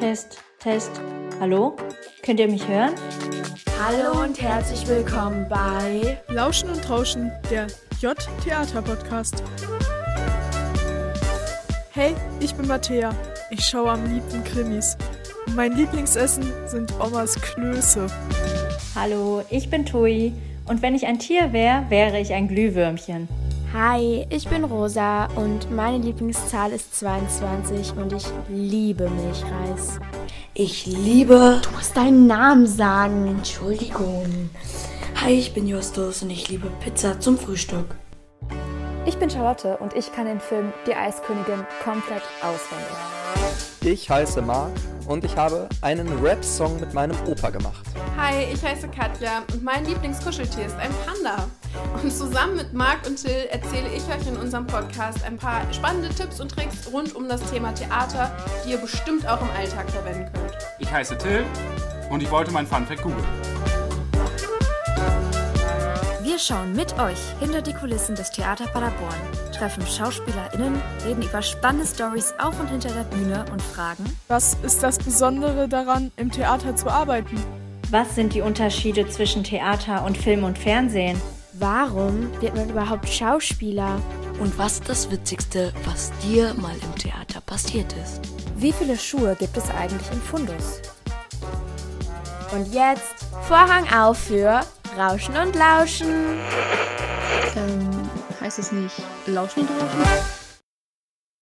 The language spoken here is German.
Test, Test. Hallo? Könnt ihr mich hören? Hallo und herzlich willkommen bei Lauschen und Rauschen, der J-Theater-Podcast. Hey, ich bin Matthäa. Ich schaue am liebsten Krimis. Mein Lieblingsessen sind Omas Klöße. Hallo, ich bin Tui. Und wenn ich ein Tier wäre, wäre ich ein Glühwürmchen. Hi, ich bin Rosa und meine Lieblingszahl ist 22 und ich liebe Milchreis. Ich liebe... Du musst deinen Namen sagen. Entschuldigung. Hi, ich bin Justus und ich liebe Pizza zum Frühstück. Ich bin Charlotte und ich kann den Film Die Eiskönigin komplett auswendig. Ich heiße Marc und ich habe einen Rap-Song mit meinem Opa gemacht. Hi, ich heiße Katja und mein Lieblingskuscheltier ist ein Panda. Und zusammen mit Marc und Till erzähle ich euch in unserem Podcast ein paar spannende Tipps und Tricks rund um das Thema Theater, die ihr bestimmt auch im Alltag verwenden könnt. Ich heiße Till und ich wollte mein Funfact googeln. Wir schauen mit euch hinter die Kulissen des Theater Paderborn, treffen SchauspielerInnen, reden über spannende Storys auf und hinter der Bühne und fragen: Was ist das Besondere daran, im Theater zu arbeiten? Was sind die Unterschiede zwischen Theater und Film und Fernsehen? Warum wird man überhaupt Schauspieler? Und was ist das Witzigste, was dir mal im Theater passiert ist? Wie viele Schuhe gibt es eigentlich im Fundus? Und jetzt Vorhang auf für Rauschen und Lauschen. Heißt es nicht Lauschen und Rauschen?